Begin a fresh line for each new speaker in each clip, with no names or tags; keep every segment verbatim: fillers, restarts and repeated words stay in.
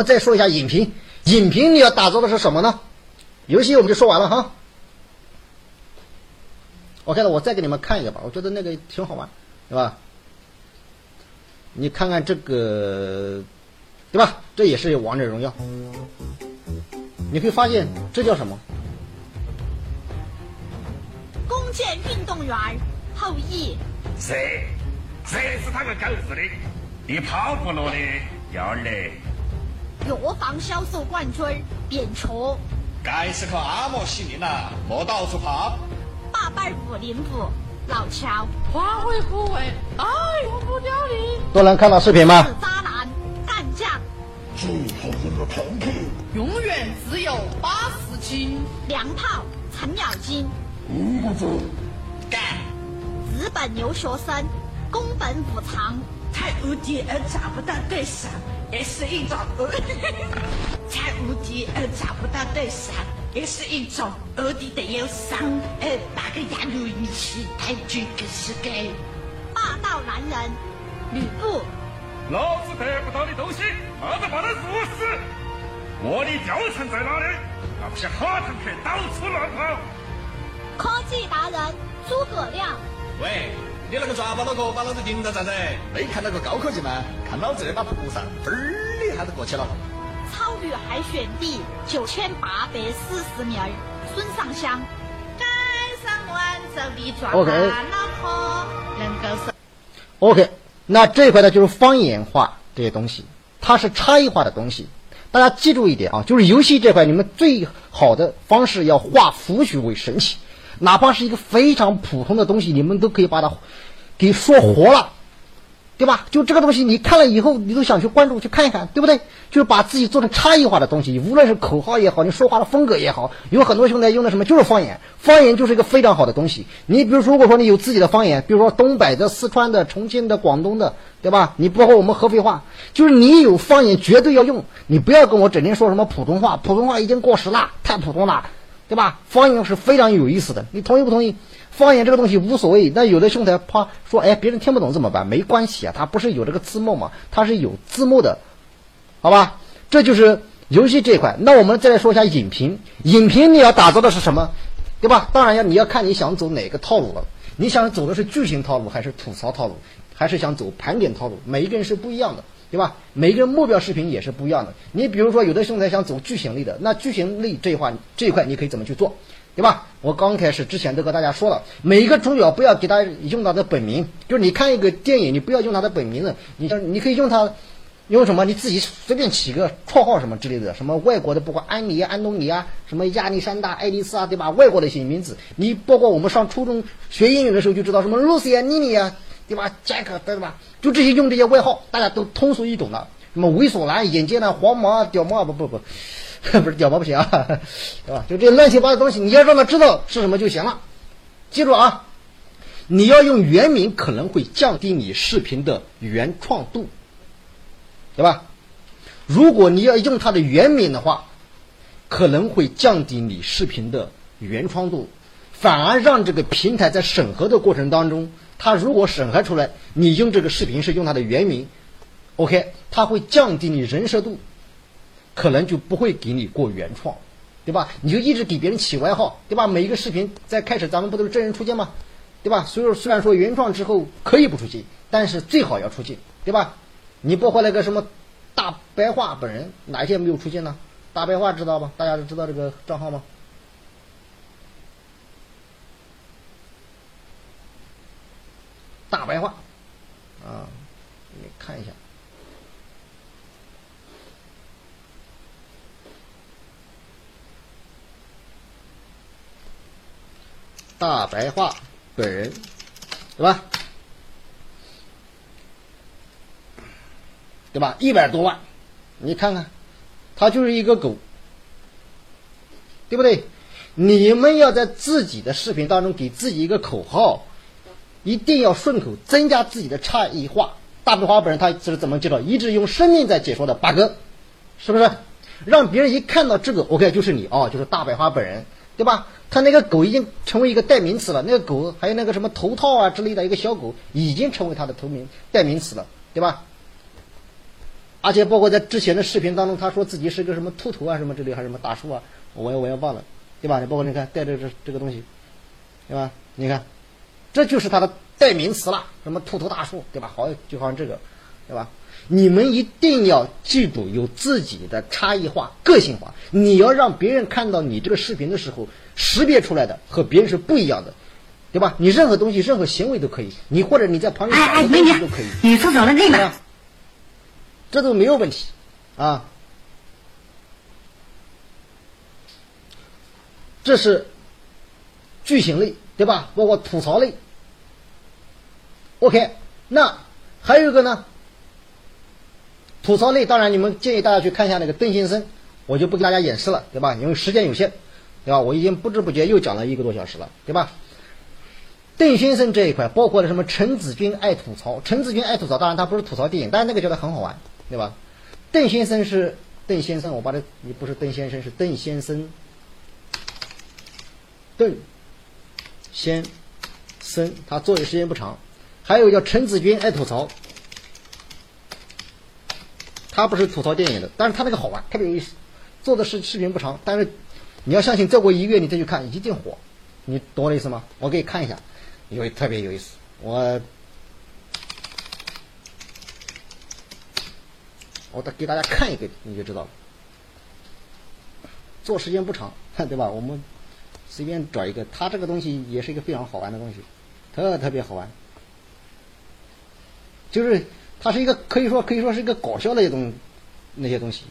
再说一下影评，影评你要打造的是什么呢？游戏我们就说完了哈。OK 了，我再给你们看一个吧，我觉得那个挺好玩，对吧？你看看这个，对吧？这也是王者荣耀，你会发现这叫什么？
弓箭运动员后羿。
这，这是他个狗日的！你跑不落的要累。
药房销售冠军扁鹊。
该是靠阿嬷洗命了，莫到处跑。
八百五零五老乔。
花卉枯萎，哎呦不凋零。
都能看到视频吗？
死渣男干将。
最后一个团体。
永远只有八十斤。
粮炮程咬金。
一个字。
干。
资本留学生，宫本武藏。
太无敌而找不到对手，也是一种太无敌而找不到对手，也是一种无敌的忧伤。呃，打个牙路一起，太君可是个
霸道男人，吕布。
老子得不到的东西，马上把它入死。我的貂蝉在哪里？那不是哈坦克到处乱跑。
科技达人诸葛亮。
喂，你那个抓把脑壳把老子盯着站着，没看到个高科技吗？看老子这把蒲扇，嘣儿的一下子过去了。
超女海选第九千八百四十名，孙尚香。
该上完走的抓
OK
把脑壳，能够是
OK， 那这一块呢就是方言化这些东西，它是差异化的东西。大家记住一点啊，就是游戏这块，你们最好的方式要化腐朽为神奇。哪怕是一个非常普通的东西，你们都可以把它给说活了，对吧？就这个东西，你看了以后，你都想去关注去看一看，对不对？就是把自己做成差异化的东西，无论是口号也好，你说话的风格也好，有很多兄弟用的什么就是方言，方言就是一个非常好的东西。你比如说，如果说你有自己的方言，比如说东北的、四川的、重庆的、广东的，对吧？你包括我们合肥话，就是你有方言绝对要用，你不要跟我整天说什么普通话，普通话已经过时了，太普通了。对吧？方言是非常有意思的，你同意不同意？方言这个东西无所谓，那有的兄台怕说，哎，别人听不懂怎么办？没关系啊，它不是有这个字幕嘛，它是有字幕的，好吧？这就是游戏这一块。那我们再来说一下影评，影评你要打造的是什么？对吧？当然要你要看你想走哪个套路了，你想走的是剧情套路，还是吐槽套路，还是想走盘点套路？每一个人是不一样的。对吧？每个人目标视频也是不一样的。你比如说，有的兄弟想走剧情类的，那剧情类这一块这一块你可以怎么去做，对吧？我刚开始之前都和大家说了，每一个主角不要给他用他的本名，就是你看一个电影，你不要用他的本名的，你你可以用他用什么？你自己随便起个绰号什么之类的，什么外国的，包括安妮、安东尼啊，什么亚历山大、爱丽丝啊，对吧？外国的一些名字，你包括我们上初中学英语的时候就知道什么露西啊、妮妮啊。对吧？杰克对吧？就这些用这些外号，大家都通俗易懂了。什么猥琐男、眼尖男、黄毛、屌毛，不不不，不是屌毛不行啊，对吧？就这些乱七八糟的东西，你要让他知道是什么就行了。记住啊，你要用原名可能会降低你视频的原创度，对吧？如果你要用它的原名的话，可能会降低你视频的原创度，反而让这个平台在审核的过程当中。他如果审核出来，你用这个视频是用它的原名 ，OK， 他会降低你人设度，可能就不会给你过原创，对吧？你就一直给别人起外号，对吧？每一个视频在开始咱们不都是真人出镜吗？对吧？所以说虽然说原创之后可以不出镜，但是最好要出镜，对吧？你包括那个什么大白话本人哪一天没有出镜呢？大白话知道吧？大家都知道这个账号吗？大白话啊，你看一下，大白话本人，对吧？对吧？一百多万，你看看，他就是一个狗，对不对？你们要在自己的视频当中给自己一个口号。一定要顺口，增加自己的差异化。大白话本人他是怎么介绍？一直用生命在解说的八哥，是不是？让别人一看到这个 ，OK， 就是你哦，就是大白话本人，对吧？他那个狗已经成为一个代名词了，那个狗还有那个什么头套啊之类的一个小狗，已经成为他的头名代名词了，对吧？ 而且包括在之前的视频当中，他说自己是个什么秃头啊，什么之类，还是什么大叔啊，我也我也忘了，对吧？你包括你看带着这这个东西，对吧？你看，这就是他的代名词了，什么秃头大叔，对吧？好，就好像这个，对吧？你们一定要记住有自己的差异化、个性化，你要让别人看到你这个视频的时候，识别出来的和别人是不一样的。对吧？你任何东西、任何行为都可以，你或者你在旁边
哎哎，美女
都可以，
你说走了那个，
这都没有问题啊。这是剧情类，对吧？包括吐槽类。OK， 那还有一个呢，吐槽类，当然你们建议大家去看一下那个邓先生，我就不给大家演示了，对吧？因为时间有限，对吧？我已经不知不觉又讲了一个多小时了，对吧？邓先生这一块包括了什么？陈子君爱吐槽，陈子君爱吐槽，当然他不是吐槽电影，但是那个觉得很好玩，对吧？邓先生是邓先生，我把这你不是邓先生，是邓先生，邓先生，他做的时间不长。还有叫陈子君爱吐槽，他不是吐槽电影的，但是他那个好玩，特别有意思。做的是视频不长，但是你要相信，再过一个月你再去看，一定火。你懂我的意思吗？我给你看一下。有特别有意思，我我给大家看一个你就知道了。做时间不长，对吧？我们随便找一个，它这个东西也是一个非常好玩的东西，特特别好玩。就是它是一个可以说可以说是一个搞笑的一种那些东西，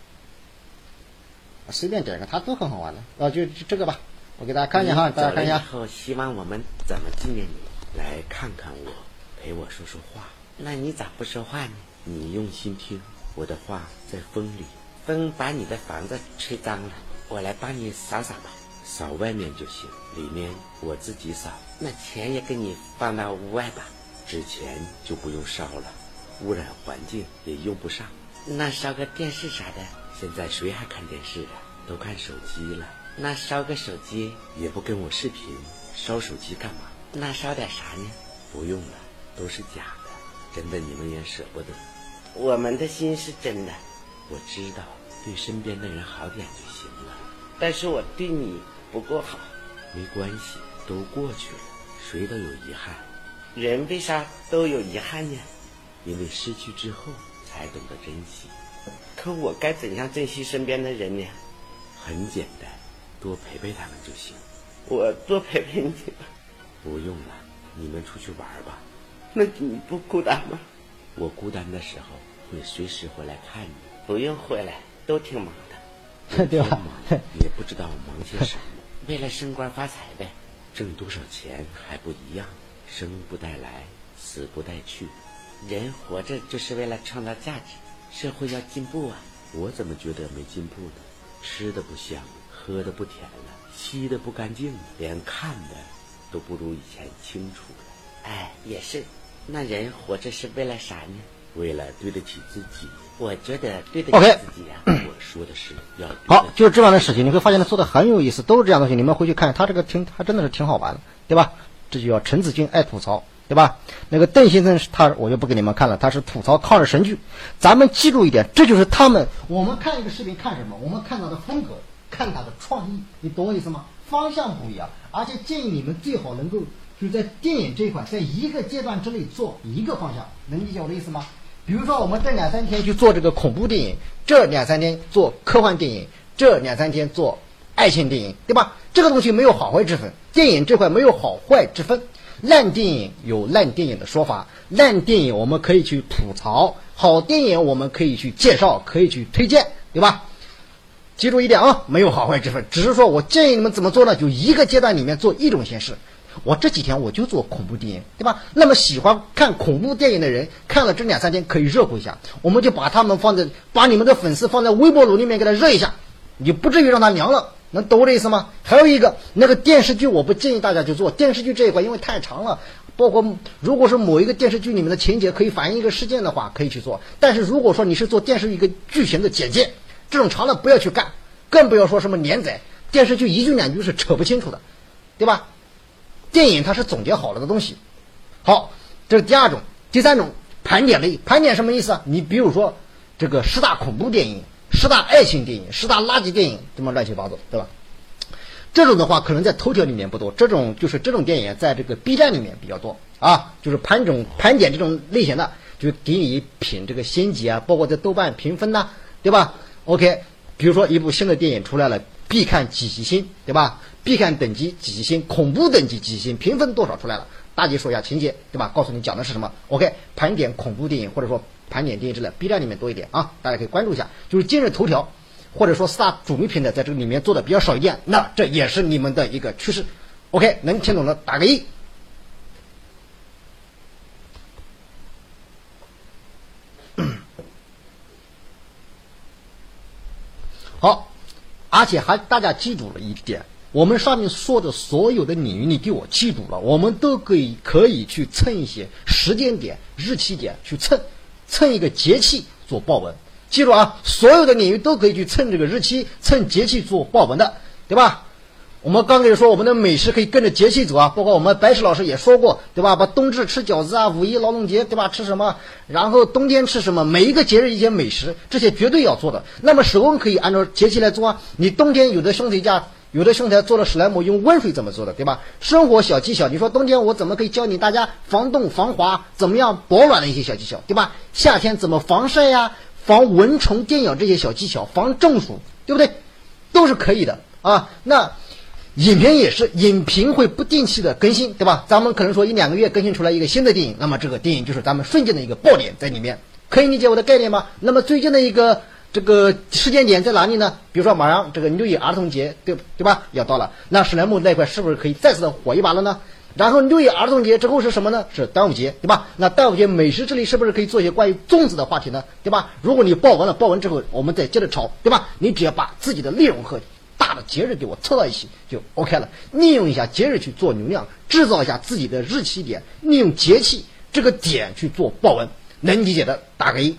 随便点一个，它都很好玩的啊，就就这个吧。我给大家看一下哈，大家看一下。
以后希望我们怎么纪念你？来看看我，陪我说说话。那你咋不说话呢？你用心听，我的话在风里，风把你的房子吹脏了，我来帮你扫扫吧。扫外面就行，里面我自己扫。那钱也给你放到屋外吧，纸钱就不用烧了，污染环境也用不上。那烧个电视啥的，现在谁还看电视啊？都看手机了。那烧个手机也不跟我视频，烧手机干嘛？那烧点啥呢？不用了，都是假的，真的你们也舍不得。我们的心是真的，我知道，对身边的人好点就行了。但是我对你不够好，没关系，都过去了，谁都有遗憾。人为啥都有遗憾呢？因为失去之后才懂得珍惜。可我该怎样珍惜身边的人呢？很简单。多陪陪他们就行，我多陪陪你吧。不用了，你们出去玩吧。那你不孤单吗？我孤单的时候会随时回来看你。不用回来，都挺忙的。
对吧？
也不知道忙些什么。为了升官发财呗，挣多少钱还不一样。生不带来，死不带去。人活着就是为了创造价值，社会要进步啊。我怎么觉得没进步呢？吃的不香，喝的不甜了，吸的不干净，连看的都不如以前清楚了。哎，也是，那人活着是为了啥呢？为了对得起自己。我觉得对得起自己啊。Okay. 我说的是要
好，就是这样的事情，你会发现他做的很有意思，都是这样的东西。你们回去看，他这个挺，他真的是挺好玩的，对吧？这就叫陈子君爱吐槽，对吧？那个邓先生他我就不给你们看了，他是吐槽抗日神剧。咱们记住一点，这就是他们，我们看一个视频看什么？我们看他的风格，看他的创意，你懂我意思吗？方向不一样，而且建议你们最好能够就是在电影这一块，在一个阶段之内做一个方向，能理解我的意思吗？比如说我们这两三天去做这个恐怖电影，这两三天做科幻电影，这两三天做爱情电影，对吧？这个东西没有好坏之分，电影这块没有好坏之分。烂电影有烂电影的说法，烂电影我们可以去吐槽，好电影我们可以去介绍，可以去推荐，对吧？记住一点啊，没有好坏之分，只是说我建议你们怎么做呢？就一个阶段里面做一种形式。我这几天我就做恐怖电影，对吧？那么喜欢看恐怖电影的人，看了这两三天可以热乎一下，我们就把他们放在，把你们的粉丝放在微波炉里面给他热一下，你不至于让他凉了，能懂我的意思吗？还有一个那个电视剧，我不建议大家去做电视剧这一块，因为太长了。包括如果是某一个电视剧里面的情节可以反映一个事件的话，可以去做。但是如果说你是做电视剧一个剧情的简介，这种长的不要去干，更不要说什么连载。电视剧一句两句是扯不清楚的，对吧？电影它是总结好了的东西。好，这是第二种。第三种，盘点类。盘点什么意思啊？你比如说这个十大恐怖电影、十大爱情电影、十大垃圾电影，这么乱七八糟，对吧？这种的话可能在头条里面不多，这种就是这种电影在这个 B 站里面比较多啊，就是盘种盘点这种类型的，就给你评这个星级啊，包括在豆瓣评分呐、啊，对吧 ？OK， 比如说一部新的电影出来了，必看几几星，对吧？必看等级几几星，恐怖等级几几星，评分多少出来了，大体说一下情节，对吧？告诉你讲的是什么 ？OK， 盘点恐怖电影或者说盘点电影之类 ，B 站里面多一点啊，大家可以关注一下。就是今日头条或者说四大主流平台在这个里面做的比较少一点，那这也是你们的一个趋势。OK， 能听懂的打个一。好，而且还大家记住了一点，我们上面说的所有的领域你给我记住了，我们都可以可以去蹭一些时间点、日期点去蹭，蹭一个节气做报文。记住啊，所有的领域都可以去蹭这个日期、蹭节气做报文的，对吧？我们刚开始说我们的美食可以跟着节气走啊，包括我们白石老师也说过，对吧？把冬至吃饺子啊，五一劳动节，对吧？吃什么？然后冬天吃什么？每一个节日一些美食，这些绝对要做的。那么手工可以按照节气来做啊。你冬天有的兄弟家，有的兄弟做了史莱姆用温水怎么做的，对吧？生活小技巧，你说冬天我怎么可以教你大家防冻防滑，怎么样保暖的一些小技巧，对吧？夏天怎么防晒呀、防蚊虫叮咬这些小技巧，防中暑，对不对？都是可以的啊。那影评也是，影评会不定期的更新，对吧？咱们可能说一两个月更新出来一个新的电影，那么这个电影就是咱们瞬间的一个爆点在里面，可以理解我的概念吗？那么最近的一个这个时间点在哪里呢？比如说马上这个六一儿童节，对对吧？要到了，那史莱姆那块是不是可以再次的火一把了呢？然后六一儿童节之后是什么呢？是端午节，对吧？那端午节美食这里是不是可以做一些关于粽子的话题呢？对吧？如果你报完了，报完之后我们再接着炒，对吧？你只要把自己的内容和大的节日给我凑到一起就 OK 了，利用一下节日去做流量，制造一下自己的日期点，利用节气这个点去做报文，能理解的打个一。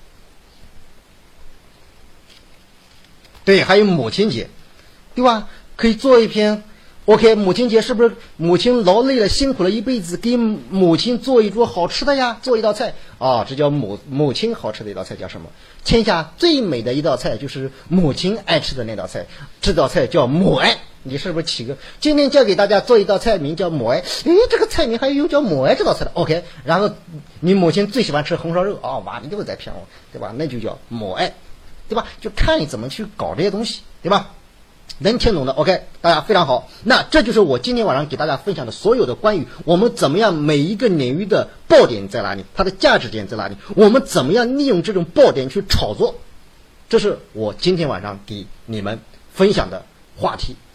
对，还有母亲节，对吧？可以做一篇 OK， 母亲节是不是母亲劳累了辛苦了一辈子，给母亲做一桌好吃的呀，做一道菜啊，这叫母母亲好吃的一道菜叫什么？天下最美的一道菜就是母亲爱吃的那道菜，这道菜叫母爱。你是不是起个今天教给大家做一道菜名叫母爱？诶，这个菜名还有叫母爱这道菜的 OK， 然后你母亲最喜欢吃红烧肉啊、哦，哇，你就是在骗我，对吧？那就叫母爱，对吧？就看你怎么去搞这些东西，对吧？能听懂的 OK， 大家非常好。那这就是我今天晚上给大家分享的所有的关于我们怎么样每一个领域的爆点在哪里，它的价值点在哪里，我们怎么样利用这种爆点去炒作，这是我今天晚上给你们分享的话题。